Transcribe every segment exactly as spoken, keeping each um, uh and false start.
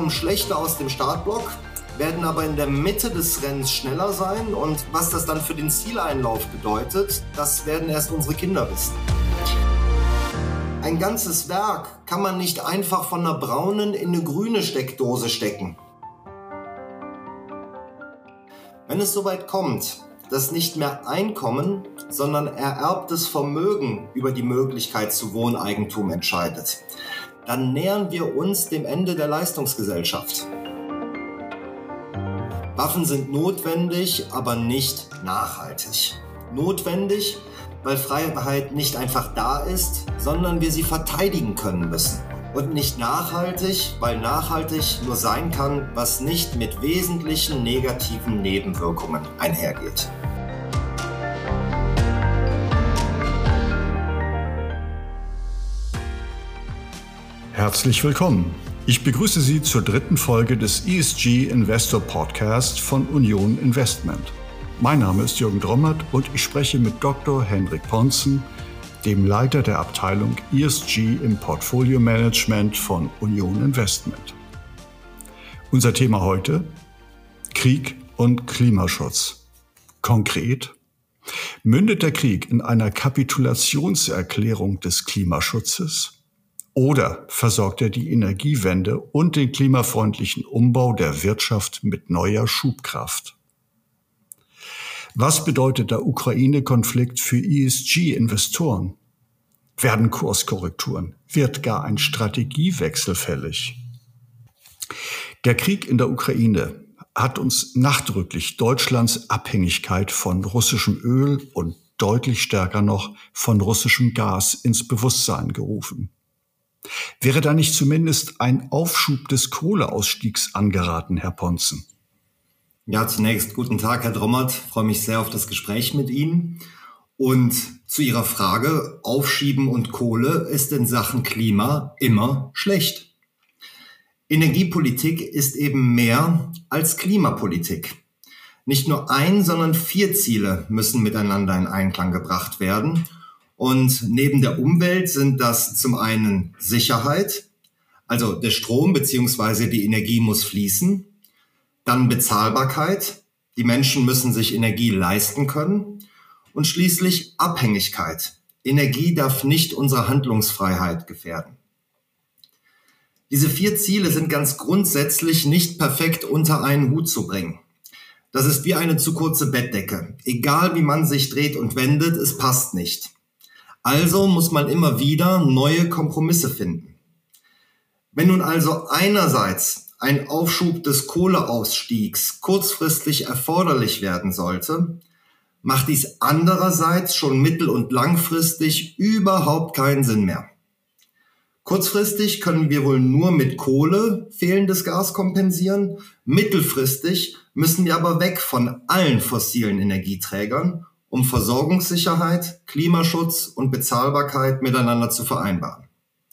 kommen schlechter aus dem Startblock, werden aber in der Mitte des Rennens schneller sein. Und was das dann für den Zieleinlauf bedeutet, das werden erst unsere Kinder wissen. Ein ganzes Werk kann man nicht einfach von einer braunen in eine grüne Steckdose stecken. Wenn es soweit kommt, dass nicht mehr Einkommen, sondern ererbtes Vermögen über die Möglichkeit zu Wohneigentum entscheidet, dann nähern wir uns dem Ende der Leistungsgesellschaft. Waffen sind notwendig, aber nicht nachhaltig. Notwendig, weil Freiheit nicht einfach da ist, sondern wir sie verteidigen können müssen. Und nicht nachhaltig, weil nachhaltig nur sein kann, was nicht mit wesentlichen negativen Nebenwirkungen einhergeht. Herzlich willkommen. Ich begrüße Sie zur dritten Folge des E S G Investor Podcast von Union Investment. Mein Name ist Jürgen Drommert und ich spreche mit Doktor Henrik Pontzen, dem Leiter der Abteilung E S G im Portfolio Management von Union Investment. Unser Thema heute: Krieg und Klimaschutz. Konkret: Mündet der Krieg in einer Kapitulationserklärung des Klimaschutzes? Oder versorgt er die Energiewende und den klimafreundlichen Umbau der Wirtschaft mit neuer Schubkraft? Was bedeutet der Ukraine-Konflikt für E S G-Investoren? Werden Kurskorrekturen? Wird gar ein Strategiewechsel fällig? Der Krieg in der Ukraine hat uns nachdrücklich Deutschlands Abhängigkeit von russischem Öl und deutlich stärker noch von russischem Gas ins Bewusstsein gerufen. Wäre da nicht zumindest ein Aufschub des Kohleausstiegs angeraten, Herr Pontzen? Ja, zunächst guten Tag, Herr Drommert. Ich freue mich sehr auf das Gespräch mit Ihnen. Und zu Ihrer Frage, Aufschieben und Kohle ist in Sachen Klima immer schlecht. Energiepolitik ist eben mehr als Klimapolitik. Nicht nur ein, sondern vier Ziele müssen miteinander in Einklang gebracht werden. Und neben der Umwelt sind das zum einen Sicherheit, also der Strom bzw. die Energie muss fließen. Dann Bezahlbarkeit, die Menschen müssen sich Energie leisten können. Und schließlich Abhängigkeit. Energie darf nicht unsere Handlungsfreiheit gefährden. Diese vier Ziele sind ganz grundsätzlich nicht perfekt unter einen Hut zu bringen. Das ist wie eine zu kurze Bettdecke. Egal wie man sich dreht und wendet, es passt nicht. Also muss man immer wieder neue Kompromisse finden. Wenn nun also einerseits ein Aufschub des Kohleausstiegs kurzfristig erforderlich werden sollte, macht dies andererseits schon mittel- und langfristig überhaupt keinen Sinn mehr. Kurzfristig können wir wohl nur mit Kohle fehlendes Gas kompensieren, mittelfristig müssen wir aber weg von allen fossilen Energieträgern, um Versorgungssicherheit, Klimaschutz und Bezahlbarkeit miteinander zu vereinbaren.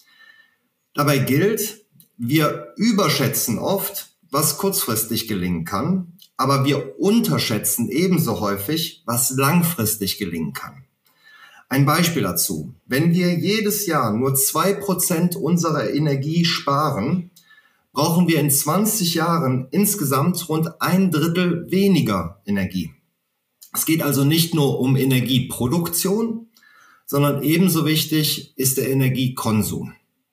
Dabei gilt, wir überschätzen oft, was kurzfristig gelingen kann, aber wir unterschätzen ebenso häufig, was langfristig gelingen kann. Ein Beispiel dazu: Wenn wir jedes Jahr nur zwei Prozent unserer Energie sparen, brauchen wir in zwanzig Jahren insgesamt rund ein Drittel weniger Energie. Es geht also nicht nur um Energieproduktion, sondern ebenso wichtig ist der Energiekonsum.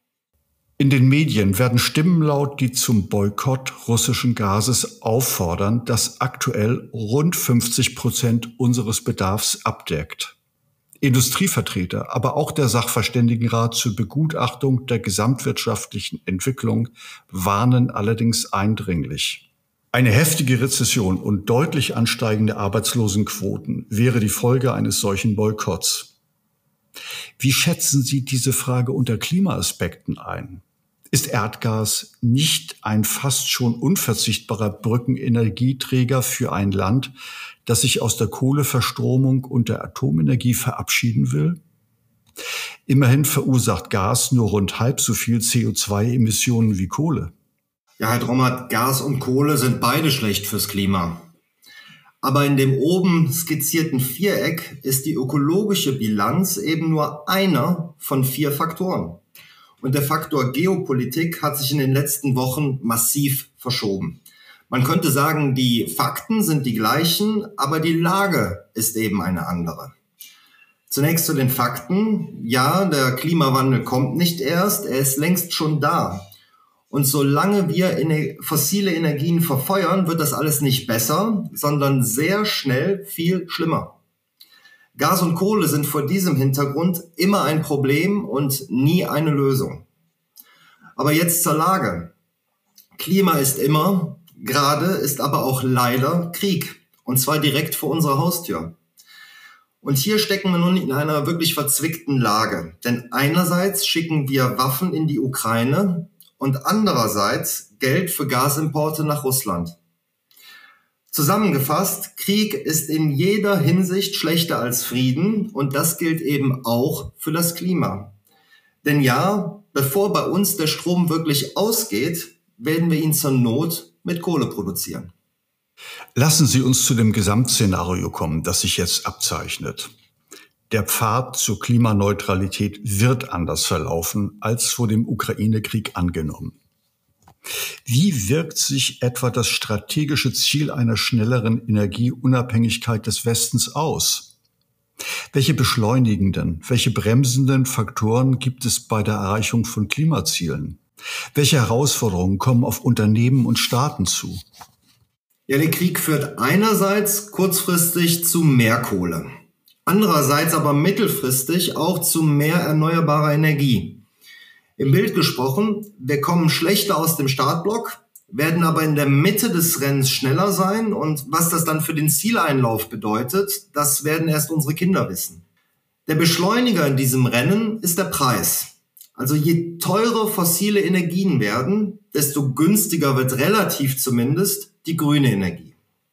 In den Medien werden Stimmen laut, die zum Boykott russischen Gases auffordern, das aktuell rund fünfzig Prozent unseres Bedarfs abdeckt. Industrievertreter, aber auch der Sachverständigenrat zur Begutachtung der gesamtwirtschaftlichen Entwicklung warnen allerdings eindringlich. Eine heftige Rezession und deutlich ansteigende Arbeitslosenquoten wäre die Folge eines solchen Boykotts. Wie schätzen Sie diese Frage unter Klimaaspekten ein? Ist Erdgas nicht ein fast schon unverzichtbarer Brückenenergieträger für ein Land, das sich aus der Kohleverstromung und der Atomenergie verabschieden will? Immerhin verursacht Gas nur rund halb so viel C O zwei Emissionen wie Kohle. Ja, Herr Drommert, Gas und Kohle sind beide schlecht fürs Klima. Aber in dem oben skizzierten Viereck ist die ökologische Bilanz eben nur einer von vier Faktoren. und der Faktor Geopolitik hat sich in den letzten Wochen massiv verschoben. Man könnte sagen, die Fakten sind die gleichen, aber die Lage ist eben eine andere. Zunächst zu den Fakten. Ja, der Klimawandel kommt nicht erst, er ist längst schon da. Und solange wir fossile Energien verfeuern, wird das alles nicht besser, sondern sehr schnell viel schlimmer. Gas und Kohle sind vor diesem Hintergrund immer ein Problem und nie eine Lösung. Aber jetzt zur Lage. Klima ist immer, gerade ist aber auch leider Krieg. Und zwar direkt vor unserer Haustür. Und hier stecken wir nun in einer wirklich verzwickten Lage. Denn einerseits schicken wir Waffen in die Ukraine und andererseits Geld für Gasimporte nach Russland. Zusammengefasst, Krieg ist in jeder Hinsicht schlechter als Frieden und das gilt eben auch für das Klima. Denn ja, bevor bei uns der Strom wirklich ausgeht, werden wir ihn zur Not mit Kohle produzieren. Lassen Sie uns zu dem Gesamtszenario kommen, das sich jetzt abzeichnet. Der Pfad zur Klimaneutralität wird anders verlaufen als vor dem Ukraine-Krieg angenommen. Wie wirkt sich etwa das strategische Ziel einer schnelleren Energieunabhängigkeit des Westens aus? Welche beschleunigenden, welche bremsenden Faktoren gibt es bei der Erreichung von Klimazielen? Welche Herausforderungen kommen auf Unternehmen und Staaten zu? Ja, der Krieg führt einerseits kurzfristig zu mehr Kohle, andererseits aber mittelfristig auch zu mehr erneuerbarer Energie. Im Bild gesprochen, wir kommen schlechter aus dem Startblock, werden aber in der Mitte des Rennens schneller sein und was das dann für den Zieleinlauf bedeutet, das werden erst unsere Kinder wissen. Der Beschleuniger in diesem Rennen ist der Preis. Also je teurer fossile Energien werden, desto günstiger wird relativ zumindest die grüne Energie.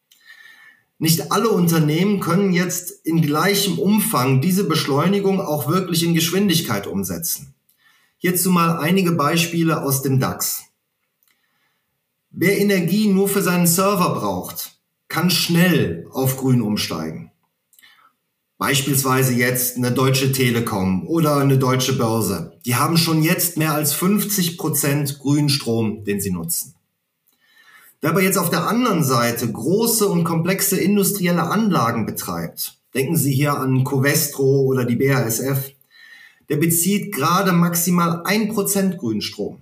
Nicht alle Unternehmen können jetzt in gleichem Umfang diese Beschleunigung auch wirklich in Geschwindigkeit umsetzen. Hierzu mal einige Beispiele aus dem DAX. Wer Energie nur für seinen Server braucht, kann schnell auf grün umsteigen. Beispielsweise jetzt eine Deutsche Telekom oder eine Deutsche Börse. Die haben schon jetzt mehr als fünfzig Prozent grünen Strom, den sie nutzen. Wer aber jetzt auf der anderen Seite große und komplexe industrielle Anlagen betreibt, denken Sie hier an Covestro oder die B A S F, der bezieht gerade maximal ein Prozent grünen Strom.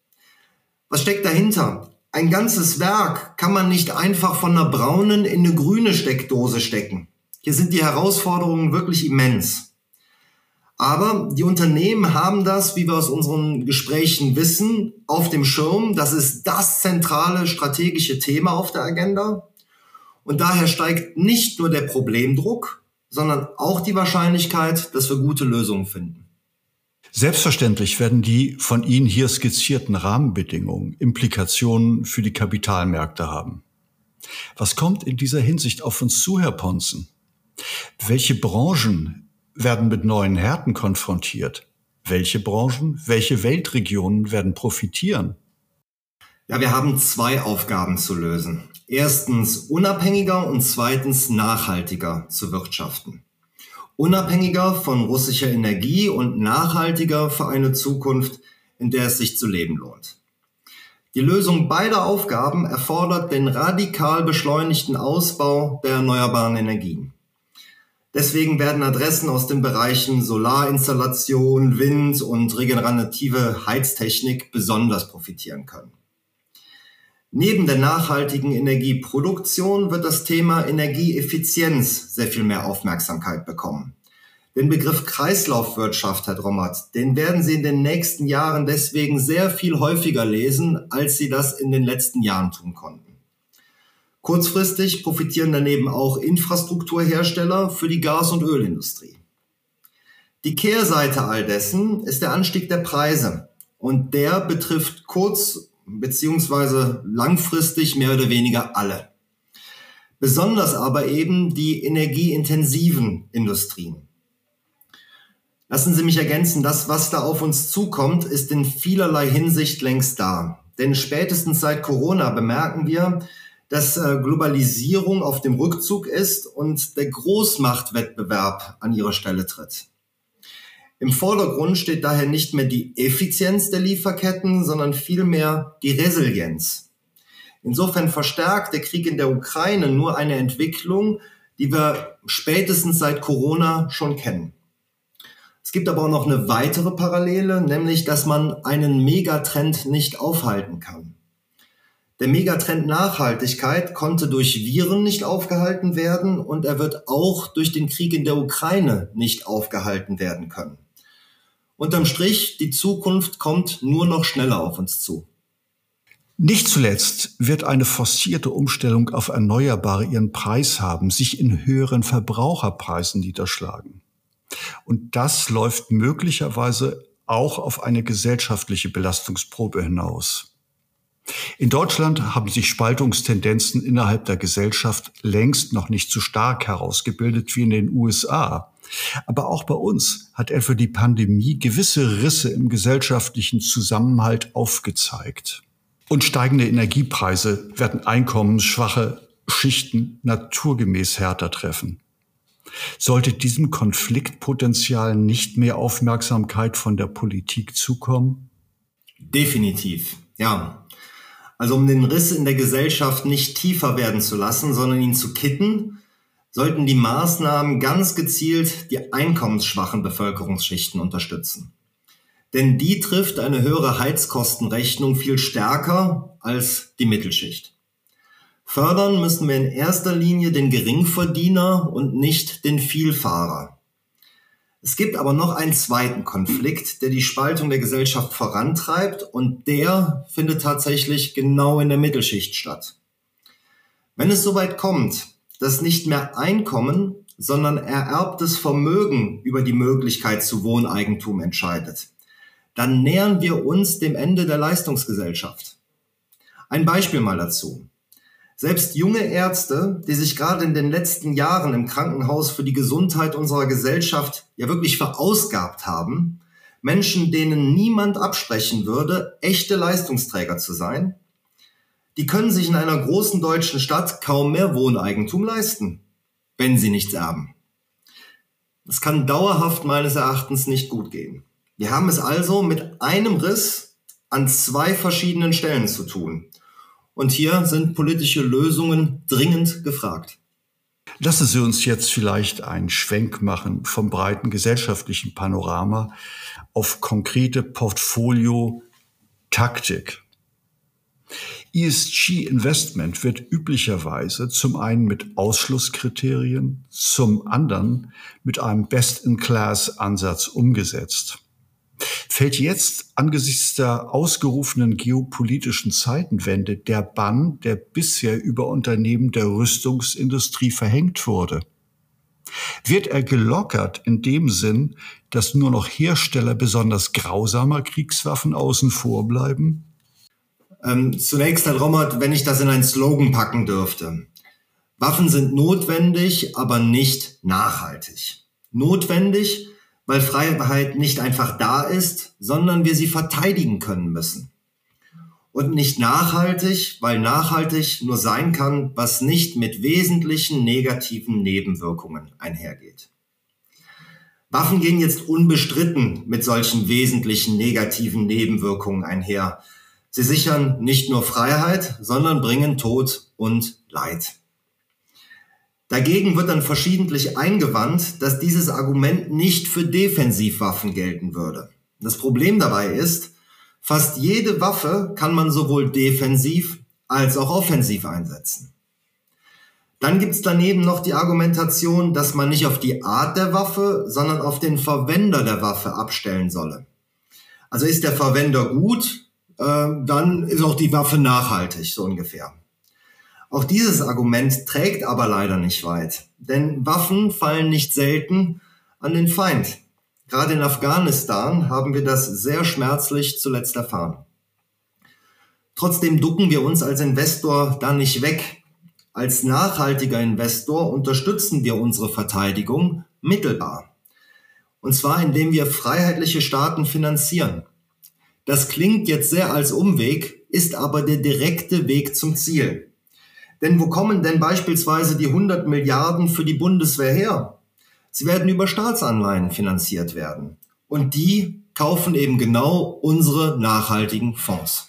Was steckt dahinter? Ein ganzes Werk kann man nicht einfach von einer braunen in eine grüne Steckdose stecken. Hier sind die Herausforderungen wirklich immens. Aber die Unternehmen haben das, wie wir aus unseren Gesprächen wissen, auf dem Schirm. Das ist das zentrale strategische Thema auf der Agenda. Und daher steigt nicht nur der Problemdruck, sondern auch die Wahrscheinlichkeit, dass wir gute Lösungen finden. Selbstverständlich werden die von Ihnen hier skizzierten Rahmenbedingungen Implikationen für die Kapitalmärkte haben. Was kommt in dieser Hinsicht auf uns zu, Herr Pontzen? Welche Branchen werden mit neuen Härten konfrontiert? Welche Branchen, welche Weltregionen werden profitieren? Ja, wir haben zwei Aufgaben zu lösen. Erstens unabhängiger und zweitens nachhaltiger zu wirtschaften. Unabhängiger von russischer Energie und nachhaltiger für eine Zukunft, in der es sich zu leben lohnt. Die Lösung beider Aufgaben erfordert den radikal beschleunigten Ausbau der erneuerbaren Energien. Deswegen werden Adressen aus den Bereichen Solarinstallation, Wind und regenerative Heiztechnik besonders profitieren können. Neben der nachhaltigen Energieproduktion wird das Thema Energieeffizienz sehr viel mehr Aufmerksamkeit bekommen. Den Begriff Kreislaufwirtschaft, Herr Drommert, den werden Sie in den nächsten Jahren deswegen sehr viel häufiger lesen, als Sie das in den letzten Jahren tun konnten. Kurzfristig profitieren daneben auch Infrastrukturhersteller für die Gas- und Ölindustrie. Die Kehrseite all dessen ist der Anstieg der Preise und der betrifft kurz- bzw. langfristig mehr oder weniger alle. Besonders aber eben die energieintensiven Industrien. Lassen Sie mich ergänzen, das, was da auf uns zukommt, ist in vielerlei Hinsicht längst da. Denn spätestens seit Corona bemerken wir, dass Globalisierung auf dem Rückzug ist und der Großmachtwettbewerb an ihre Stelle tritt. Im Vordergrund steht daher nicht mehr die Effizienz der Lieferketten, sondern vielmehr die Resilienz. Insofern verstärkt der Krieg in der Ukraine nur eine Entwicklung, die wir spätestens seit Corona schon kennen. Es gibt aber auch noch eine weitere Parallele, nämlich, dass man einen Megatrend nicht aufhalten kann. Der Megatrend Nachhaltigkeit konnte durch Viren nicht aufgehalten werden und er wird auch durch den Krieg in der Ukraine nicht aufgehalten werden können. Unterm Strich, die Zukunft kommt nur noch schneller auf uns zu. Nicht zuletzt wird eine forcierte Umstellung auf Erneuerbare ihren Preis haben, sich in höheren Verbraucherpreisen niederschlagen. Und das läuft möglicherweise auch auf eine gesellschaftliche Belastungsprobe hinaus. In Deutschland haben sich Spaltungstendenzen innerhalb der Gesellschaft längst noch nicht so stark herausgebildet wie in den U S A. Aber auch bei uns hat etwa die Pandemie gewisse Risse im gesellschaftlichen Zusammenhalt aufgezeigt. Und steigende Energiepreise werden einkommensschwache Schichten naturgemäß härter treffen. Sollte diesem Konfliktpotenzial nicht mehr Aufmerksamkeit von der Politik zukommen? Definitiv, ja. Also um den Riss in der Gesellschaft nicht tiefer werden zu lassen, sondern ihn zu kitten, sollten die Maßnahmen ganz gezielt die einkommensschwachen Bevölkerungsschichten unterstützen. Denn die trifft eine höhere Heizkostenrechnung viel stärker als die Mittelschicht. Fördern müssen wir in erster Linie den Geringverdiener und nicht den Vielfahrer. Es gibt aber noch einen zweiten Konflikt, der die Spaltung der Gesellschaft vorantreibt und der findet tatsächlich genau in der Mittelschicht statt. Wenn es soweit kommt, dass nicht mehr Einkommen, sondern ererbtes Vermögen über die Möglichkeit zu Wohneigentum entscheidet, dann nähern wir uns dem Ende der Leistungsgesellschaft. Ein Beispiel mal dazu. Selbst junge Ärzte, die sich gerade in den letzten Jahren im Krankenhaus für die Gesundheit unserer Gesellschaft ja wirklich verausgabt haben, Menschen, denen niemand absprechen würde, echte Leistungsträger zu sein, die können sich in einer großen deutschen Stadt kaum mehr Wohneigentum leisten, wenn sie nichts erben. Das kann dauerhaft meines Erachtens nicht gut gehen. Wir haben es also mit einem Riss an zwei verschiedenen Stellen zu tun. Und hier sind politische Lösungen dringend gefragt. Lassen Sie uns jetzt vielleicht einen Schwenk machen vom breiten gesellschaftlichen Panorama auf konkrete Portfolio-Taktik. E S G-Investment wird üblicherweise zum einen mit Ausschlusskriterien, zum anderen mit einem Best-in-Class-Ansatz umgesetzt. Fällt jetzt angesichts der ausgerufenen geopolitischen Zeitenwende der Bann, der bisher über Unternehmen der Rüstungsindustrie verhängt wurde? Wird er gelockert in dem Sinn, dass nur noch Hersteller besonders grausamer Kriegswaffen außen vor bleiben? Ähm, zunächst, Herr Rommert, wenn ich das in einen Slogan packen dürfte. Waffen sind notwendig, aber nicht nachhaltig. Notwendig, weil Freiheit nicht einfach da ist, sondern wir sie verteidigen können müssen. Und nicht nachhaltig, weil nachhaltig nur sein kann, was nicht mit wesentlichen negativen Nebenwirkungen einhergeht. Waffen gehen jetzt unbestritten mit solchen wesentlichen negativen Nebenwirkungen einher. Sie sichern nicht nur Freiheit, sondern bringen Tod und Leid. Dagegen wird dann verschiedentlich eingewandt, dass dieses Argument nicht für Defensivwaffen gelten würde. Das Problem dabei ist, fast jede Waffe kann man sowohl defensiv als auch offensiv einsetzen. Dann gibt es daneben noch die Argumentation, dass man nicht auf die Art der Waffe, sondern auf den Verwender der Waffe abstellen solle. Also ist der Verwender gut, äh, dann ist auch die Waffe nachhaltig, so ungefähr. Auch dieses Argument trägt aber leider nicht weit, denn Waffen fallen nicht selten an den Feind. Gerade in Afghanistan haben wir das sehr schmerzlich zuletzt erfahren. Trotzdem ducken wir uns als Investor da nicht weg. Als nachhaltiger Investor unterstützen wir unsere Verteidigung mittelbar. Und zwar indem wir freiheitliche Staaten finanzieren. Das klingt jetzt sehr als Umweg, ist aber der direkte Weg zum Ziel. Denn wo kommen denn beispielsweise die hundert Milliarden für die Bundeswehr her? Sie werden über Staatsanleihen finanziert werden. Und die kaufen eben genau unsere nachhaltigen Fonds.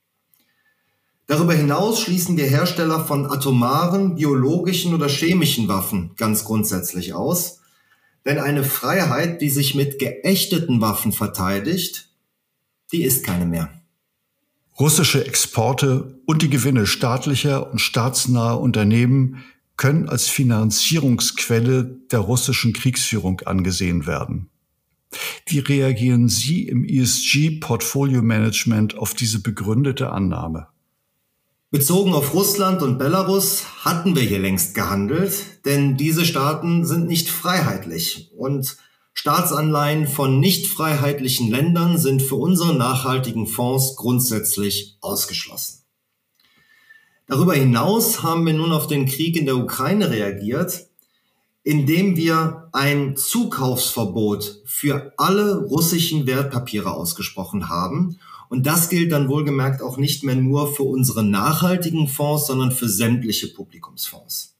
Darüber hinaus schließen wir Hersteller von atomaren, biologischen oder chemischen Waffen ganz grundsätzlich aus. Denn eine Freiheit, die sich mit geächteten Waffen verteidigt, die ist keine mehr. Russische Exporte und die Gewinne staatlicher und staatsnaher Unternehmen können als Finanzierungsquelle der russischen Kriegsführung angesehen werden. Wie reagieren Sie im E S G-Portfolio Management auf diese begründete Annahme? Bezogen auf Russland und Belarus hatten wir hier längst gehandelt, denn diese Staaten sind nicht freiheitlich und Staatsanleihen von nicht freiheitlichen Ländern sind für unsere nachhaltigen Fonds grundsätzlich ausgeschlossen. Darüber hinaus haben wir nun auf den Krieg in der Ukraine reagiert, indem wir ein Zukaufsverbot für alle russischen Wertpapiere ausgesprochen haben. Und das gilt dann wohlgemerkt auch nicht mehr nur für unsere nachhaltigen Fonds, sondern für sämtliche Publikumsfonds.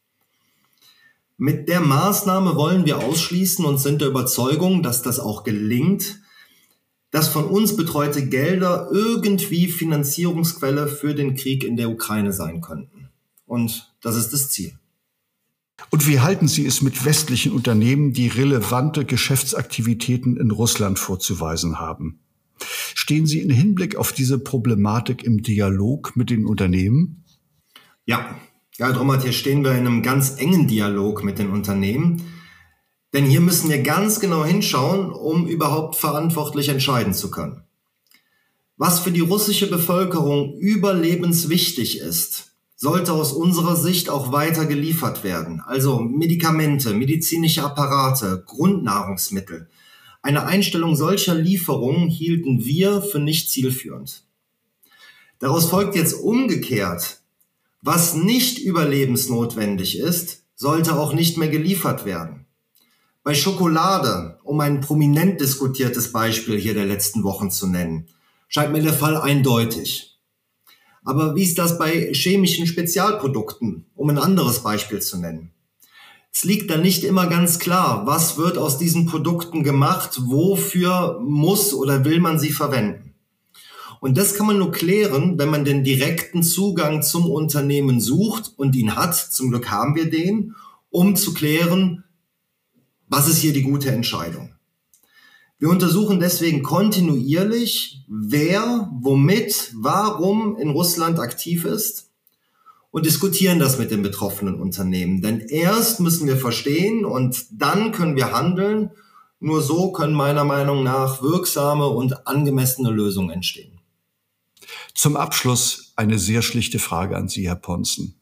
Mit der Maßnahme wollen wir ausschließen und sind der Überzeugung, dass das auch gelingt, dass von uns betreute Gelder irgendwie Finanzierungsquelle für den Krieg in der Ukraine sein könnten. Und das ist das Ziel. Und wie halten Sie es mit westlichen Unternehmen, die relevante Geschäftsaktivitäten in Russland vorzuweisen haben? Stehen Sie im Hinblick auf diese Problematik im Dialog mit den Unternehmen? Ja, ja, Herr Drommert, hier stehen wir in einem ganz engen Dialog mit den Unternehmen. Denn hier müssen wir ganz genau hinschauen, um überhaupt verantwortlich entscheiden zu können. Was für die russische Bevölkerung überlebenswichtig ist, sollte aus unserer Sicht auch weiter geliefert werden. Also Medikamente, medizinische Apparate, Grundnahrungsmittel. Eine Einstellung solcher Lieferungen hielten wir für nicht zielführend. Daraus folgt jetzt umgekehrt, was nicht überlebensnotwendig ist, sollte auch nicht mehr geliefert werden. Bei Schokolade, um ein prominent diskutiertes Beispiel hier der letzten Wochen zu nennen, scheint mir der Fall eindeutig. Aber wie ist das bei chemischen Spezialprodukten, um ein anderes Beispiel zu nennen? Es liegt dann nicht immer ganz klar, was wird aus diesen Produkten gemacht, wofür muss oder will man sie verwenden. Und das kann man nur klären, wenn man den direkten Zugang zum Unternehmen sucht und ihn hat, zum Glück haben wir den, um zu klären, was ist hier die gute Entscheidung. Wir untersuchen deswegen kontinuierlich, wer, womit, warum in Russland aktiv ist und diskutieren das mit den betroffenen Unternehmen. Denn erst müssen wir verstehen und dann können wir handeln. Nur so können meiner Meinung nach wirksame und angemessene Lösungen entstehen. Zum Abschluss eine sehr schlichte Frage an Sie, Herr Pontzen.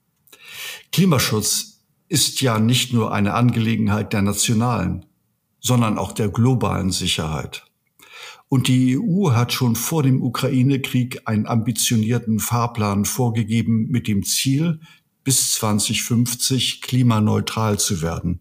Klimaschutz ist ja nicht nur eine Angelegenheit der nationalen, sondern auch der globalen Sicherheit. Und die E U hat schon vor dem Ukraine-Krieg einen ambitionierten Fahrplan vorgegeben mit dem Ziel, bis zwanzig fünfzig klimaneutral zu werden.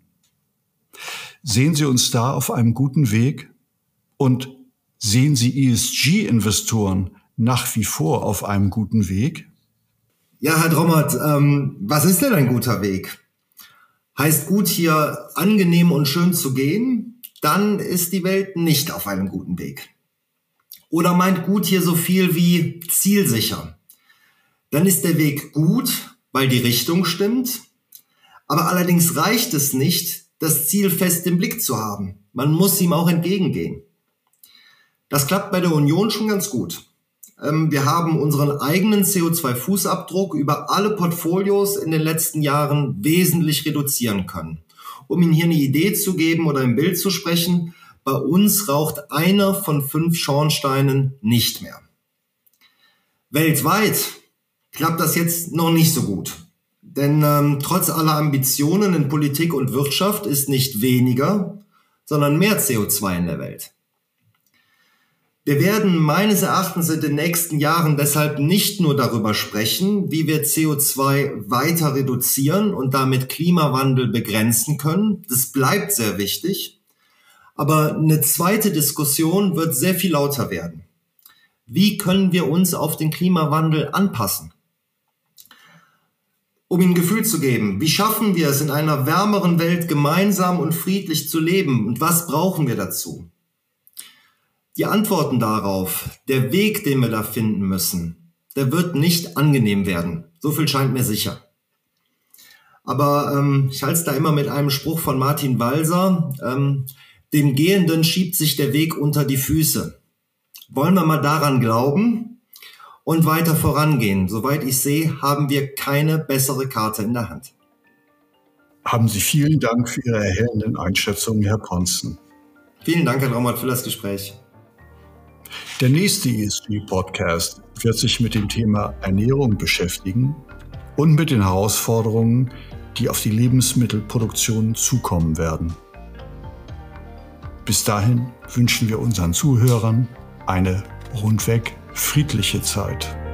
Sehen Sie uns da auf einem guten Weg? Und sehen Sie E S G-Investoren nach wie vor auf einem guten Weg? Ja, Herr Drommert, ähm, was ist denn ein guter Weg? Heißt gut, hier angenehm und schön zu gehen, dann ist die Welt nicht auf einem guten Weg. Oder meint gut hier so viel wie zielsicher. Dann ist der Weg gut, weil die Richtung stimmt, aber allerdings reicht es nicht, das Ziel fest im Blick zu haben. Man muss ihm auch entgegengehen. Das klappt bei der Union schon ganz gut. Wir haben unseren eigenen C O zwei Fußabdruck über alle Portfolios in den letzten Jahren wesentlich reduzieren können. Um Ihnen hier eine Idee zu geben oder im Bild zu sprechen, bei uns raucht einer von fünf Schornsteinen nicht mehr. Weltweit klappt das jetzt noch nicht so gut. Denn ähm, trotz aller Ambitionen in Politik und Wirtschaft ist nicht weniger, sondern mehr C O zwei in der Welt. Wir werden meines Erachtens in den nächsten Jahren deshalb nicht nur darüber sprechen, wie wir C O zwei weiter reduzieren und damit Klimawandel begrenzen können. Das bleibt sehr wichtig. Aber eine zweite Diskussion wird sehr viel lauter werden. Wie können wir uns auf den Klimawandel anpassen? Um Ihnen ein Gefühl zu geben, wie schaffen wir es, in einer wärmeren Welt gemeinsam und friedlich zu leben und was brauchen wir dazu? Die Antworten darauf, der Weg, den wir da finden müssen, der wird nicht angenehm werden. So viel scheint mir sicher. Aber ähm, ich halte es da immer mit einem Spruch von Martin Walser. Ähm, dem Gehenden schiebt sich der Weg unter die Füße. Wollen wir mal daran glauben und weiter vorangehen? Soweit ich sehe, haben wir keine bessere Karte in der Hand. Haben Sie vielen Dank für Ihre erhellenden Einschätzungen, Herr Pronsten. Vielen Dank, Herr Draumert, für das Gespräch. Der nächste E S G-Podcast wird sich mit dem Thema Ernährung beschäftigen und mit den Herausforderungen, die auf die Lebensmittelproduktion zukommen werden. Bis dahin wünschen wir unseren Zuhörern eine rundweg friedliche Zeit.